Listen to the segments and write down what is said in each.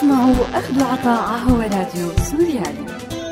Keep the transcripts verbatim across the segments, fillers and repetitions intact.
تسمعوا أخذ وعطاء على راديو سوريالي.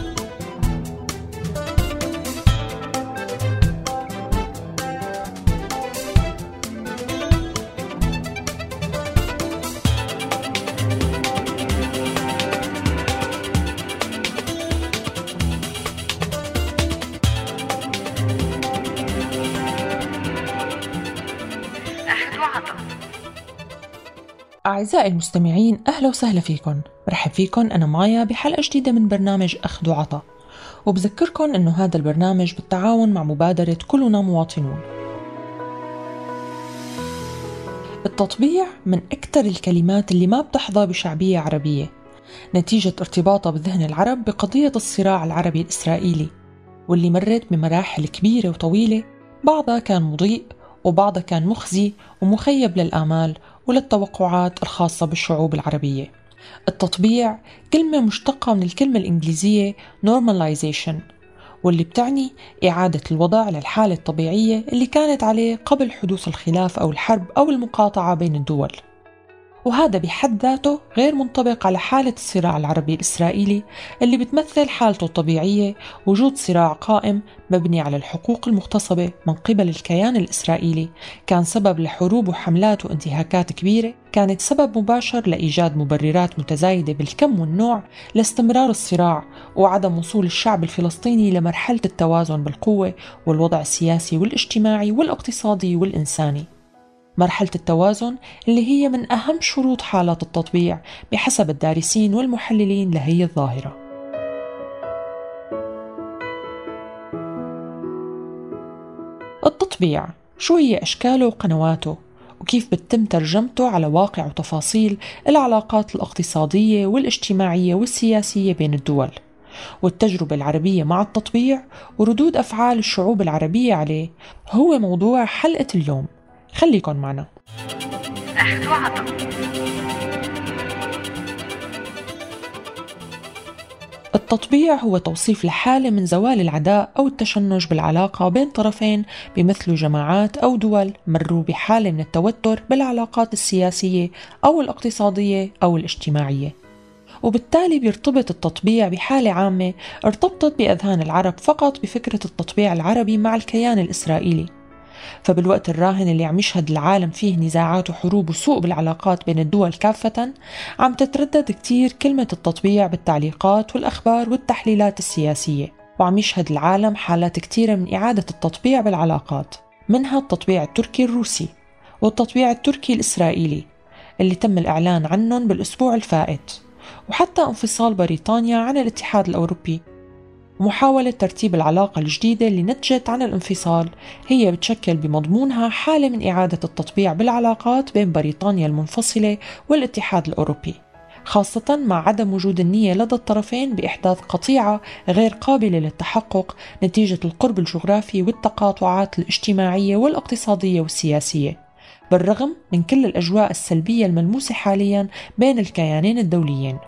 أعزائي المستمعين، أهلا وسهلا فيكم. برحب فيكم أنا مايا بحلقة جديدة من برنامج أخذ وعطاء، وبذكركم أنه هذا البرنامج بالتعاون مع مبادرة كلنا مواطنون. التطبيع من أكثر الكلمات اللي ما بتحظى بشعبية عربية، نتيجة ارتباطها بذهن العرب بقضية الصراع العربي الإسرائيلي، واللي مرت بمراحل كبيرة وطويلة، بعضها كان مضيء وبعضها كان مخزي ومخيب للآمال وللتوقعات الخاصة بالشعوب العربية. التطبيع كلمة مشتقة من الكلمة الإنجليزية normalization، واللي بتعني إعادة الوضع للحالة الطبيعية اللي كانت عليه قبل حدوث الخلاف أو الحرب أو المقاطعة بين الدول. وهذا بحد ذاته غير منطبق على حالة الصراع العربي الإسرائيلي اللي بتمثل حالته الطبيعية وجود صراع قائم مبني على الحقوق المغتصبة من قبل الكيان الإسرائيلي، كان سبب لحروب وحملات وانتهاكات كبيرة، كانت سبب مباشر لإيجاد مبررات متزايدة بالكم والنوع لاستمرار الصراع وعدم وصول الشعب الفلسطيني لمرحلة التوازن بالقوة والوضع السياسي والاجتماعي والاقتصادي والإنساني. مرحلة التوازن اللي هي من أهم شروط حالات التطبيع بحسب الدارسين والمحللين لهي الظاهرة. التطبيع شو هي أشكاله وقنواته، وكيف بتتم ترجمته على واقع وتفاصيل العلاقات الاقتصادية والاجتماعية والسياسية بين الدول، والتجربة العربية مع التطبيع وردود أفعال الشعوب العربية عليه، هو موضوع حلقة اليوم. خليكن معنا. أخذ وعطاء. التطبيع هو توصيف لحالة من زوال العداء أو التشنج بالعلاقة بين طرفين بيمثلوا جماعات أو دول مروا بحالة من التوتر بالعلاقات السياسية أو الاقتصادية أو الاجتماعية، وبالتالي بيرتبط التطبيع بحالة عامة ارتبطت بأذهان العرب فقط بفكرة التطبيع العربي مع الكيان الإسرائيلي. فبالوقت الراهن اللي عم يشهد العالم فيه نزاعات وحروب وسوء بالعلاقات بين الدول كافة، عم تتردد كتير كلمة التطبيع بالتعليقات والأخبار والتحليلات السياسية، وعم يشهد العالم حالات كتيرة من إعادة التطبيع بالعلاقات، منها التطبيع التركي الروسي والتطبيع التركي الإسرائيلي اللي تم الإعلان عنهم بالأسبوع الفائت، وحتى انفصال بريطانيا عن الاتحاد الأوروبي. ومحاولة ترتيب العلاقة الجديدة اللي نتجت عن الانفصال هي بتشكل بمضمونها حالة من إعادة التطبيع بالعلاقات بين بريطانيا المنفصلة والاتحاد الأوروبي، خاصة مع عدم وجود النية لدى الطرفين بإحداث قطيعة غير قابلة للتحقق نتيجة القرب الجغرافي والتقاطعات الاجتماعية والاقتصادية والسياسية، بالرغم من كل الأجواء السلبية الملموسة حاليا بين الكيانين الدوليين.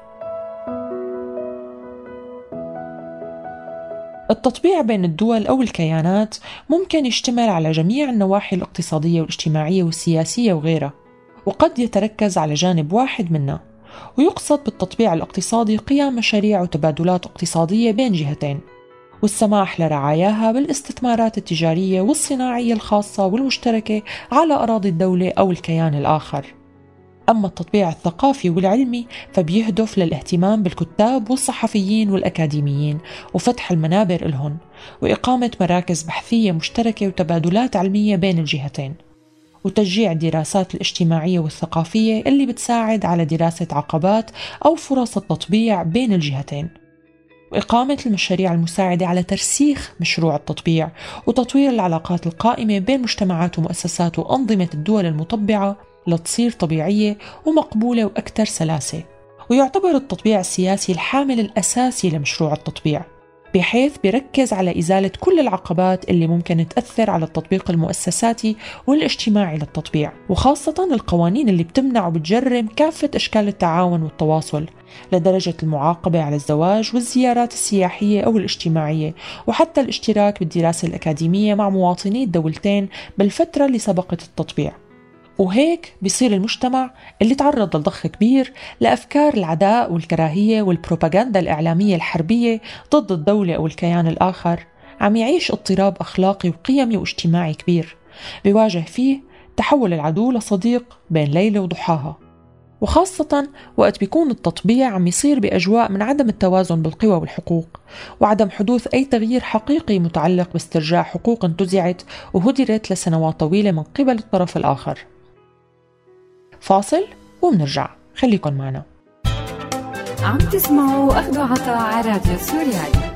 التطبيع بين الدول أو الكيانات ممكن يشتمل على جميع النواحي الاقتصادية والاجتماعية والسياسية وغيرها، وقد يتركز على جانب واحد منها، ويقصد بالتطبيع الاقتصادي قيام مشاريع وتبادلات اقتصادية بين جهتين، والسماح لرعاياها بالاستثمارات التجارية والصناعية الخاصة والمشتركة على أراضي الدولة أو الكيان الآخر. أما التطبيع الثقافي والعلمي فبيهدف للاهتمام بالكتاب والصحفيين والأكاديميين وفتح المنابر لهم، وإقامة مراكز بحثية مشتركة وتبادلات علمية بين الجهتين، وتشجيع الدراسات الاجتماعية والثقافية اللي بتساعد على دراسة عقبات أو فرص التطبيع بين الجهتين، وإقامة المشاريع المساعدة على ترسيخ مشروع التطبيع وتطوير العلاقات القائمة بين مجتمعات ومؤسسات وأنظمة الدول المطبعة لتصير طبيعية ومقبولة وأكثر سلاسة. ويعتبر التطبيع السياسي الحامل الأساسي لمشروع التطبيع، بحيث بيركز على إزالة كل العقبات اللي ممكن تأثر على التطبيق المؤسساتي والاجتماعي للتطبيع، وخاصة القوانين اللي بتمنع وبتجرم كافة أشكال التعاون والتواصل، لدرجة المعاقبة على الزواج والزيارات السياحية أو الاجتماعية، وحتى الاشتراك بالدراسة الأكاديمية مع مواطني الدولتين بالفترة اللي سبقت التطبيع. وهيك بيصير المجتمع اللي تعرض لضخ كبير لأفكار العداء والكراهية والبروباغندا الإعلامية الحربية ضد الدولة أو الكيان الآخر عم يعيش اضطراب أخلاقي وقيمي واجتماعي كبير بيواجه فيه تحول العدو لصديق بين ليلة وضحاها، وخاصة وقت بيكون التطبيع عم يصير بأجواء من عدم التوازن بالقوى والحقوق وعدم حدوث أي تغيير حقيقي متعلق باسترجاع حقوق انتزعت وهدرت لسنوات طويلة من قبل الطرف الآخر. فاصل ومنرجع، خليكن معنا. عم تسمعوا أخذ وعطاء على راديو سوريالي.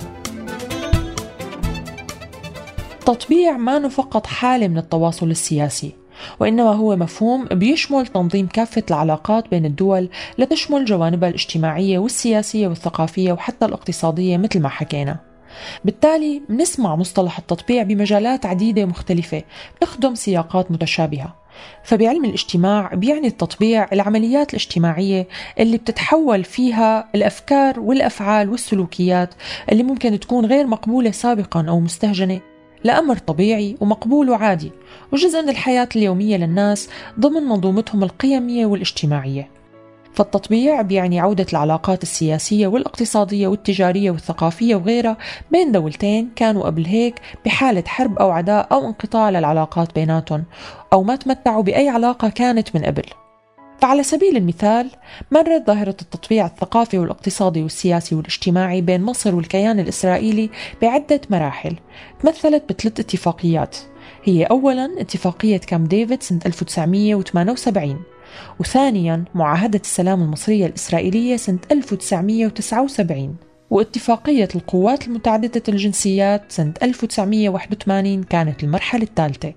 التطبيع ما فقط حالة من التواصل السياسي، وإنما هو مفهوم بيشمل تنظيم كافة العلاقات بين الدول لتشمل جوانبها الاجتماعية والسياسية والثقافية وحتى الاقتصادية مثل ما حكينا. بالتالي بنسمع مصطلح التطبيع بمجالات عديدة مختلفة تخدم سياقات متشابهة. فبعلم الاجتماع بيعني التطبيع العمليات الاجتماعية اللي بتتحول فيها الأفكار والأفعال والسلوكيات اللي ممكن تكون غير مقبولة سابقا أو مستهجنة لأمر طبيعي ومقبول وعادي وجزء من الحياة اليومية للناس ضمن منظومتهم القيمية والاجتماعية. فالتطبيع بيعني عودة العلاقات السياسية والاقتصادية والتجارية والثقافية وغيرها بين دولتين كانوا قبل هيك بحالة حرب أو عداء أو انقطاع للعلاقات بيناتهم أو ما تمتعوا بأي علاقة كانت من قبل. فعلى سبيل المثال مرت ظاهرة التطبيع الثقافي والاقتصادي والسياسي والاجتماعي بين مصر والكيان الإسرائيلي بعدة مراحل تمثلت بثلاث اتفاقيات. هي أولاً اتفاقية كامب ديفيد سنة ألف وتسعمية وثمانية وسبعين، وثانياً معاهدة السلام المصرية الإسرائيلية سنة ألف وتسعمية وتسعة وسبعين، واتفاقية القوات المتعددة الجنسيات سنة ألف وتسعمية وواحد وثمانين كانت المرحلة الثالثة.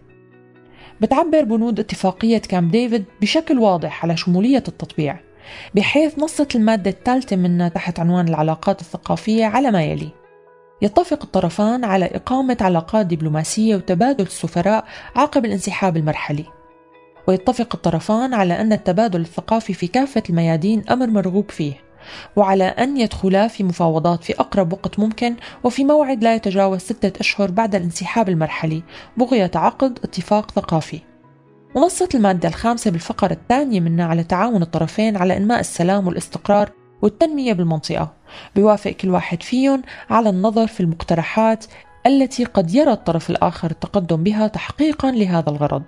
بتعبر بنود اتفاقية كامب ديفيد بشكل واضح على شمولية التطبيع، بحيث نصت المادة الثالثة منها تحت عنوان العلاقات الثقافية على ما يلي: يتفق الطرفان على إقامة علاقات دبلوماسية وتبادل السفراء عقب الانسحاب المرحلي، ويتفق الطرفان على أن التبادل الثقافي في كافة الميادين أمر مرغوب فيه، وعلى أن يدخلا في مفاوضات في أقرب وقت ممكن وفي موعد لا يتجاوز ستة أشهر بعد الانسحاب المرحلي بغية عقد اتفاق ثقافي. ونصت المادة الخامسة بالفقرة الثانية منها على تعاون الطرفين على إنماء السلام والاستقرار والتنمية بالمنطقة، بيوافق كل واحد فيهم على النظر في المقترحات التي قد يرى الطرف الآخر التقدم بها تحقيقا لهذا الغرض.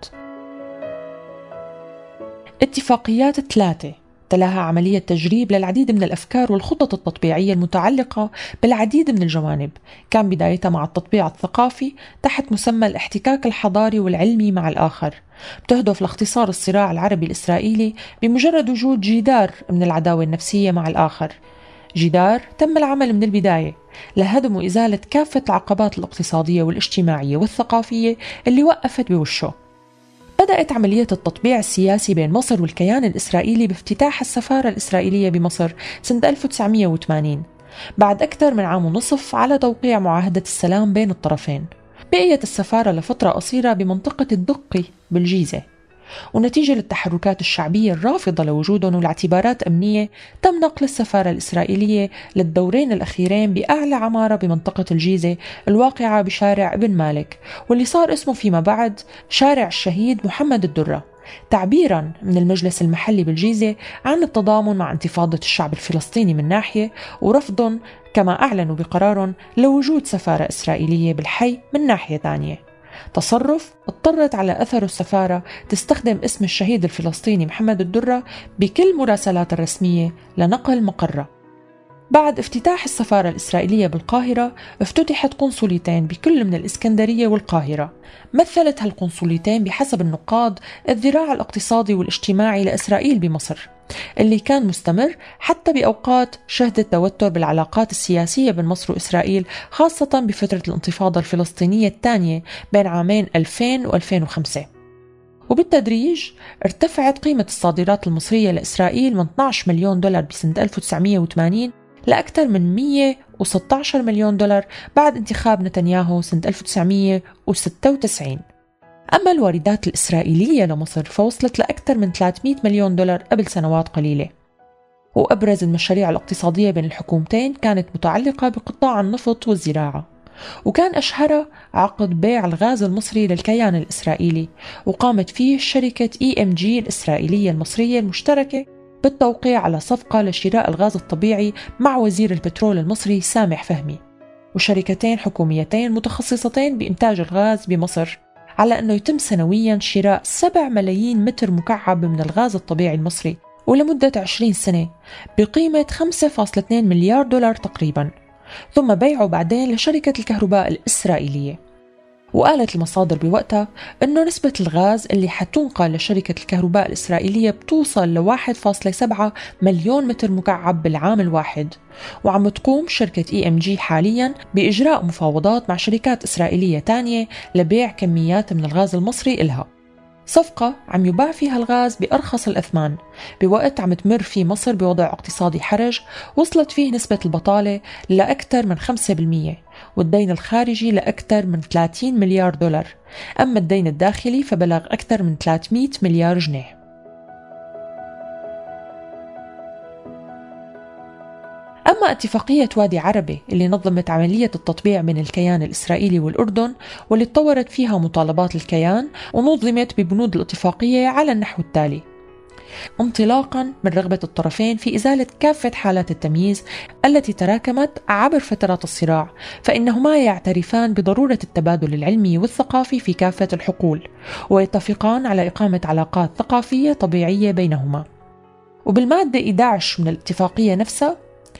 اتفاقيات ثلاثة تلاها عملية تجريب للعديد من الأفكار والخطط التطبيعية المتعلقة بالعديد من الجوانب، كان بدايتها مع التطبيع الثقافي تحت مسمى الاحتكاك الحضاري والعلمي مع الآخر، بتهدف لاختصار الصراع العربي الإسرائيلي بمجرد وجود جدار من العداوة النفسية مع الآخر. جدار تم العمل من البداية لهدم وإزالة كافة العقبات الاقتصادية والاجتماعية والثقافية اللي وقفت بوشه. بدأت عملية التطبيع السياسي بين مصر والكيان الإسرائيلي بافتتاح السفارة الإسرائيلية بمصر سنة ألف وتسعمية وثمانين بعد أكثر من عام ونصف على توقيع معاهدة السلام بين الطرفين. بقيت السفارة لفترة قصيرة بمنطقة الدقي بالجيزة، ونتيجة للتحركات الشعبية الرافضة لوجودهم ولاعتبارات أمنية تم نقل السفارة الإسرائيلية للدورين الأخيرين بأعلى عمارة بمنطقة الجيزة الواقعة بشارع ابن مالك، واللي صار اسمه فيما بعد شارع الشهيد محمد الدرة، تعبيرا من المجلس المحلي بالجيزة عن التضامن مع انتفاضة الشعب الفلسطيني من ناحية، ورفض كما أعلنوا بقرار لوجود سفارة إسرائيلية بالحي من ناحية ثانية. تصرف اضطرت على أثر السفارة تستخدم اسم الشهيد الفلسطيني محمد الدرة بكل مراسلات الرسمية لنقل مقره. بعد افتتاح السفارة الإسرائيلية بالقاهرة افتتحت قنصليتين بكل من الإسكندرية والقاهرة. مثلت هالقنصليتين بحسب النقاد الذراع الاقتصادي والاجتماعي لإسرائيل بمصر، اللي كان مستمر حتى بأوقات شهدت توتر بالعلاقات السياسية بين مصر وإسرائيل، خاصة بفترة الانتفاضة الفلسطينية الثانية بين عامين ألفين وألفين وخمسة. وبالتدريج ارتفعت قيمة الصادرات المصرية لإسرائيل من اثني عشر مليون دولار بسنة ألف وتسعمية وثمانين لأكثر من مية وستة عشر مليون دولار بعد انتخاب نتنياهو سنة ألف وتسعمية وستة وتسعين. أما الواردات الإسرائيلية لمصر فوصلت لأكثر من ثلاثمية مليون دولار قبل سنوات قليلة. وأبرز المشاريع الاقتصادية بين الحكومتين كانت متعلقة بقطاع النفط والزراعة. وكان أشهرها عقد بيع الغاز المصري للكيان الإسرائيلي، وقامت فيه شركة إي إم جي الإسرائيلية المصرية المشتركة بالتوقيع على صفقة لشراء الغاز الطبيعي مع وزير البترول المصري سامح فهمي، وشركتين حكوميتين متخصصتين بإنتاج الغاز بمصر، على أنه يتم سنوياً شراء سبعة ملايين متر مكعب من الغاز الطبيعي المصري ولمدة عشرين سنة بقيمة خمسة فاصلة اثنين مليار دولار تقريباً، ثم بيعه بعدين لشركة الكهرباء الإسرائيلية. وقالت المصادر بوقتها أنه نسبة الغاز اللي حتنقل لشركة الكهرباء الإسرائيلية بتوصل ل واحد فاصلة سبعة مليون متر مكعب بالعام الواحد، وعم تقوم شركة إي إم جي حالياً بإجراء مفاوضات مع شركات إسرائيلية تانية لبيع كميات من الغاز المصري إلها، صفقة عم يباع فيها الغاز بأرخص الأثمان بوقت عم تمر فيه مصر بوضع اقتصادي حرج وصلت فيه نسبة البطالة لأكثر من خمسة بالمية والدين الخارجي لأكثر من ثلاثين مليار دولار، أما الدين الداخلي فبلغ أكثر من ثلاثمئة مليار جنيه. أما اتفاقية وادي عربي اللي نظمت عملية التطبيع بين الكيان الإسرائيلي والأردن، واللي تطورت فيها مطالبات الكيان ونظمت ببنود الاتفاقية على النحو التالي: انطلاقا من رغبة الطرفين في إزالة كافة حالات التمييز التي تراكمت عبر فترات الصراع، فإنهما يعترفان بضرورة التبادل العلمي والثقافي في كافة الحقول، ويتفقان على إقامة علاقات ثقافية طبيعية بينهما. وبالمادة إحدى عشر من الاتفاقية نفسها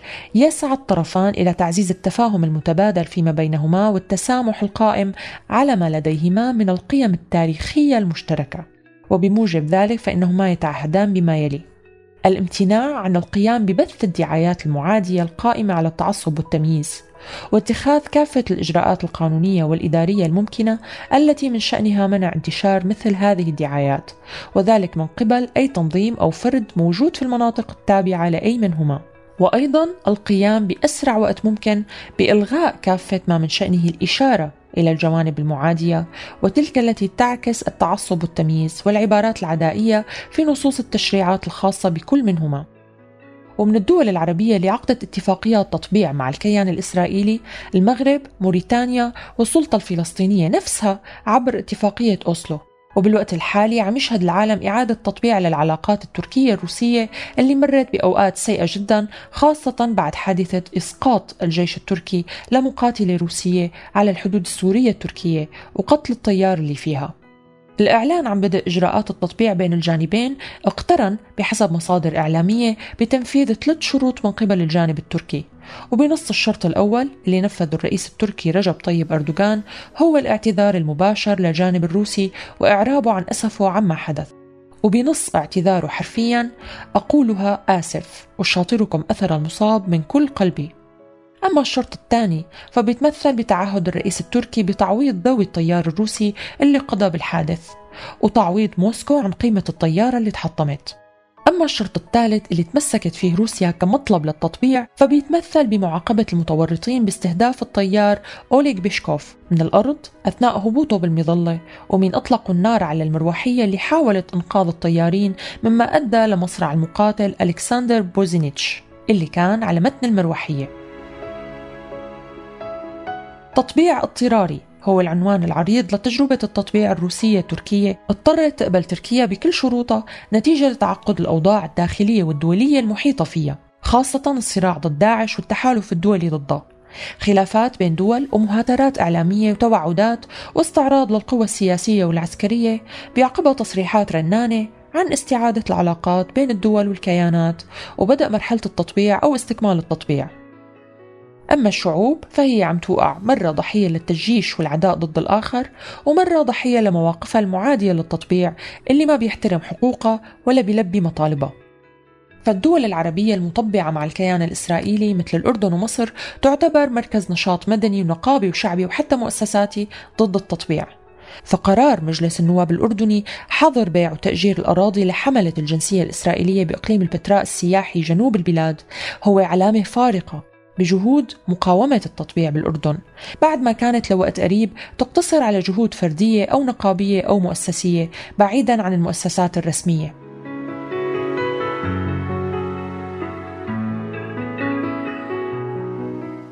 يسعى الطرفان إلى تعزيز التفاهم المتبادل فيما بينهما والتسامح القائم على ما لديهما من القيم التاريخية المشتركة، وبموجب ذلك فإنهما يتعهدان بما يلي: الامتناع عن القيام ببث الدعايات المعادية القائمة على التعصب والتمييز، واتخاذ كافة الإجراءات القانونية والإدارية الممكنة التي من شأنها منع انتشار مثل هذه الدعايات، وذلك من قبل أي تنظيم أو فرد موجود في المناطق التابعة لأي منهما، وأيضاً القيام بأسرع وقت ممكن بإلغاء كافة ما من شأنه الإشارة إلى الجوانب المعادية وتلك التي تعكس التعصب والتمييز والعبارات العدائية في نصوص التشريعات الخاصة بكل منهما. ومن الدول العربية اللي عقدت اتفاقيات تطبيع مع الكيان الإسرائيلي المغرب، موريتانيا والسلطة الفلسطينية نفسها عبر اتفاقية أوسلو. وبالوقت الحالي عم يشهد العالم إعادة تطبيع للعلاقات التركية الروسية اللي مرت بأوقات سيئة جدا، خاصة بعد حادثة إسقاط الجيش التركي لمقاتلة روسية على الحدود السورية التركية وقتل الطيار اللي فيها. الإعلان عن بدء إجراءات التطبيع بين الجانبين اقترن بحسب مصادر إعلامية بتنفيذ ثلاث شروط من قبل الجانب التركي، وبنص الشرط الأول اللي نفذه الرئيس التركي رجب طيب أردوغان هو الاعتذار المباشر للجانب الروسي وإعرابه عن أسفه عما حدث، وبنص اعتذاره حرفيا: أقولها آسف وشاطركم أثر المصاب من كل قلبي. أما الشرط الثاني فبيتمثل بتعهد الرئيس التركي بتعويض ذوي الطيار الروسي اللي قضى بالحادث وتعويض موسكو عن قيمة الطيارة اللي تحطمت. أما الشرط الثالث اللي تمسكت فيه روسيا كمطلب للتطبيع فبيتمثل بمعاقبة المتورطين باستهداف الطيار أوليغ بيشكوف من الأرض أثناء هبوطه بالمظلة، ومن أطلقوا النار على المروحية اللي حاولت إنقاذ الطيارين، مما أدى لمصرع المقاتل ألكسندر بوزينيتش اللي كان على متن المروحية. تطبيع اضطراري هو العنوان العريض لتجربة التطبيع الروسية التركية اضطرت تقبل تركيا بكل شروطها نتيجة لتعقد الأوضاع الداخلية والدولية المحيطة فيها، خاصة الصراع ضد داعش والتحالف الدولي ضده، خلافات بين دول ومهاترات إعلامية وتوعدات واستعراض للقوى السياسية والعسكرية بعقبها تصريحات رنانة عن استعادة العلاقات بين الدول والكيانات وبدء مرحلة التطبيع أو استكمال التطبيع. أما الشعوب فهي عم توقع مرة ضحية للتجيش والعداء ضد الآخر، ومرة ضحية لمواقفها المعادية للتطبيع اللي ما بيحترم حقوقها ولا بيلبي مطالبها. فالدول العربية المطبعة مع الكيان الإسرائيلي مثل الأردن ومصر تعتبر مركز نشاط مدني ونقابي وشعبي وحتى مؤسساتي ضد التطبيع. فقرار مجلس النواب الأردني حظر بيع وتأجير الأراضي لحملة الجنسية الإسرائيلية بإقليم البتراء السياحي جنوب البلاد هو علامة فارقة بجهود مقاومة التطبيع بالأردن، بعد ما كانت لوقت قريب تقتصر على جهود فردية أو نقابية أو مؤسسية بعيداً عن المؤسسات الرسمية.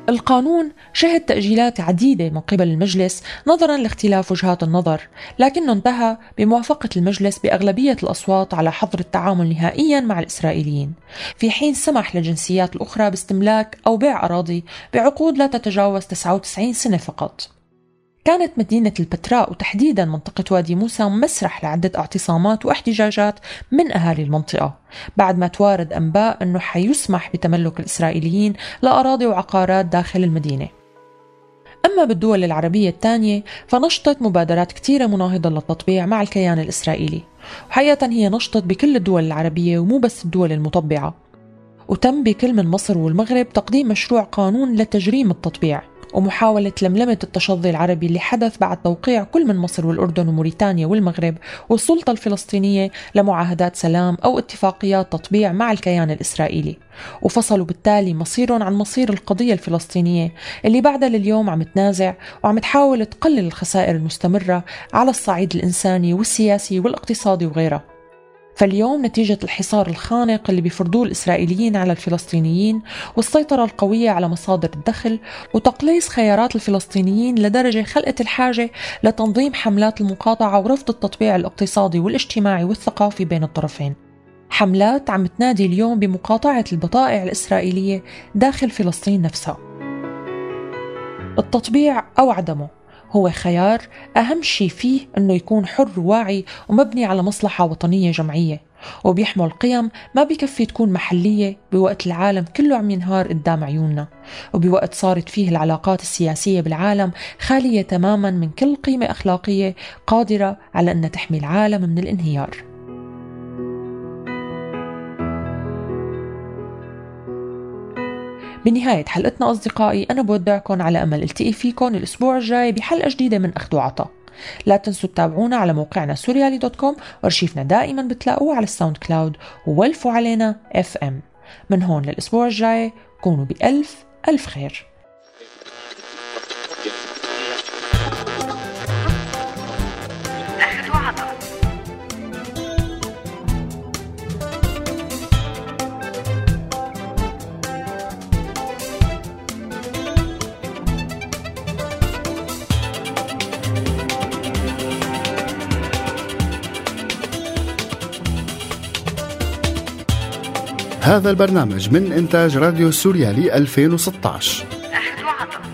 القانون شهد تأجيلات عديدة من قبل المجلس نظراً لاختلاف وجهات النظر، لكنه انتهى بموافقة المجلس بأغلبية الأصوات على حظر التعامل نهائياً مع الإسرائيليين، في حين سمح للجنسيات الأخرى باستملاك أو بيع أراضي بعقود لا تتجاوز تسعة وتسعين سنة فقط. كانت مدينة البتراء وتحديداً منطقة وادي موسى مسرح لعدة اعتصامات واحتجاجات من أهالي المنطقة بعد ما توارد أنباء أنه حيسمح بتملك الإسرائيليين لأراضي وعقارات داخل المدينة. أما بالدول العربية الثانية فنشطت مبادرات كتيرة مناهضة للتطبيع مع الكيان الإسرائيلي، وحقيقة هي نشطت بكل الدول العربية ومو بس الدول المطبعة، وتم بكل من مصر والمغرب تقديم مشروع قانون لتجريم التطبيع ومحاولة لملمة التشظي العربي اللي حدث بعد توقيع كل من مصر والأردن وموريتانيا والمغرب والسلطة الفلسطينية لمعاهدات سلام أو اتفاقيات تطبيع مع الكيان الإسرائيلي، وفصلوا بالتالي مصيرهم عن مصير القضية الفلسطينية اللي بعدها لليوم عم تنازع وعم تحاول تقلل الخسائر المستمرة على الصعيد الإنساني والسياسي والاقتصادي وغيرها. فاليوم نتيجة الحصار الخانق اللي بيفرضوه الإسرائيليين على الفلسطينيين والسيطرة القوية على مصادر الدخل وتقليص خيارات الفلسطينيين لدرجة خلقت الحاجة لتنظيم حملات المقاطعة ورفض التطبيع الاقتصادي والاجتماعي والثقافي بين الطرفين، حملات عم تنادي اليوم بمقاطعة البضائع الإسرائيلية داخل فلسطين نفسها. التطبيع أو عدمه هو خيار أهم شيء فيه أنه يكون حر وواعي ومبني على مصلحة وطنية جمعية، وبيحمل قيم ما بيكفي تكون محلية بوقت العالم كله عم ينهار قدام عيوننا، وبوقت صارت فيه العلاقات السياسية بالعالم خالية تماما من كل قيمة أخلاقية قادرة على أن تحمي العالم من الانهيار. بنهاية حلقتنا أصدقائي أنا بودعكم على أمل التقي فيكم الأسبوع الجاي بحلقة جديدة من أخذ وعطا. لا تنسوا تتابعونا على موقعنا سوريالي دوت كوم، وارشيفنا دائما بتلاقوه على الساوند كلاود، وولفوا علينا اف ام. من هون للأسبوع الجاي كونوا بألف ألف خير. هذا البرنامج من إنتاج راديو سوريالي ألفين وستة عشر.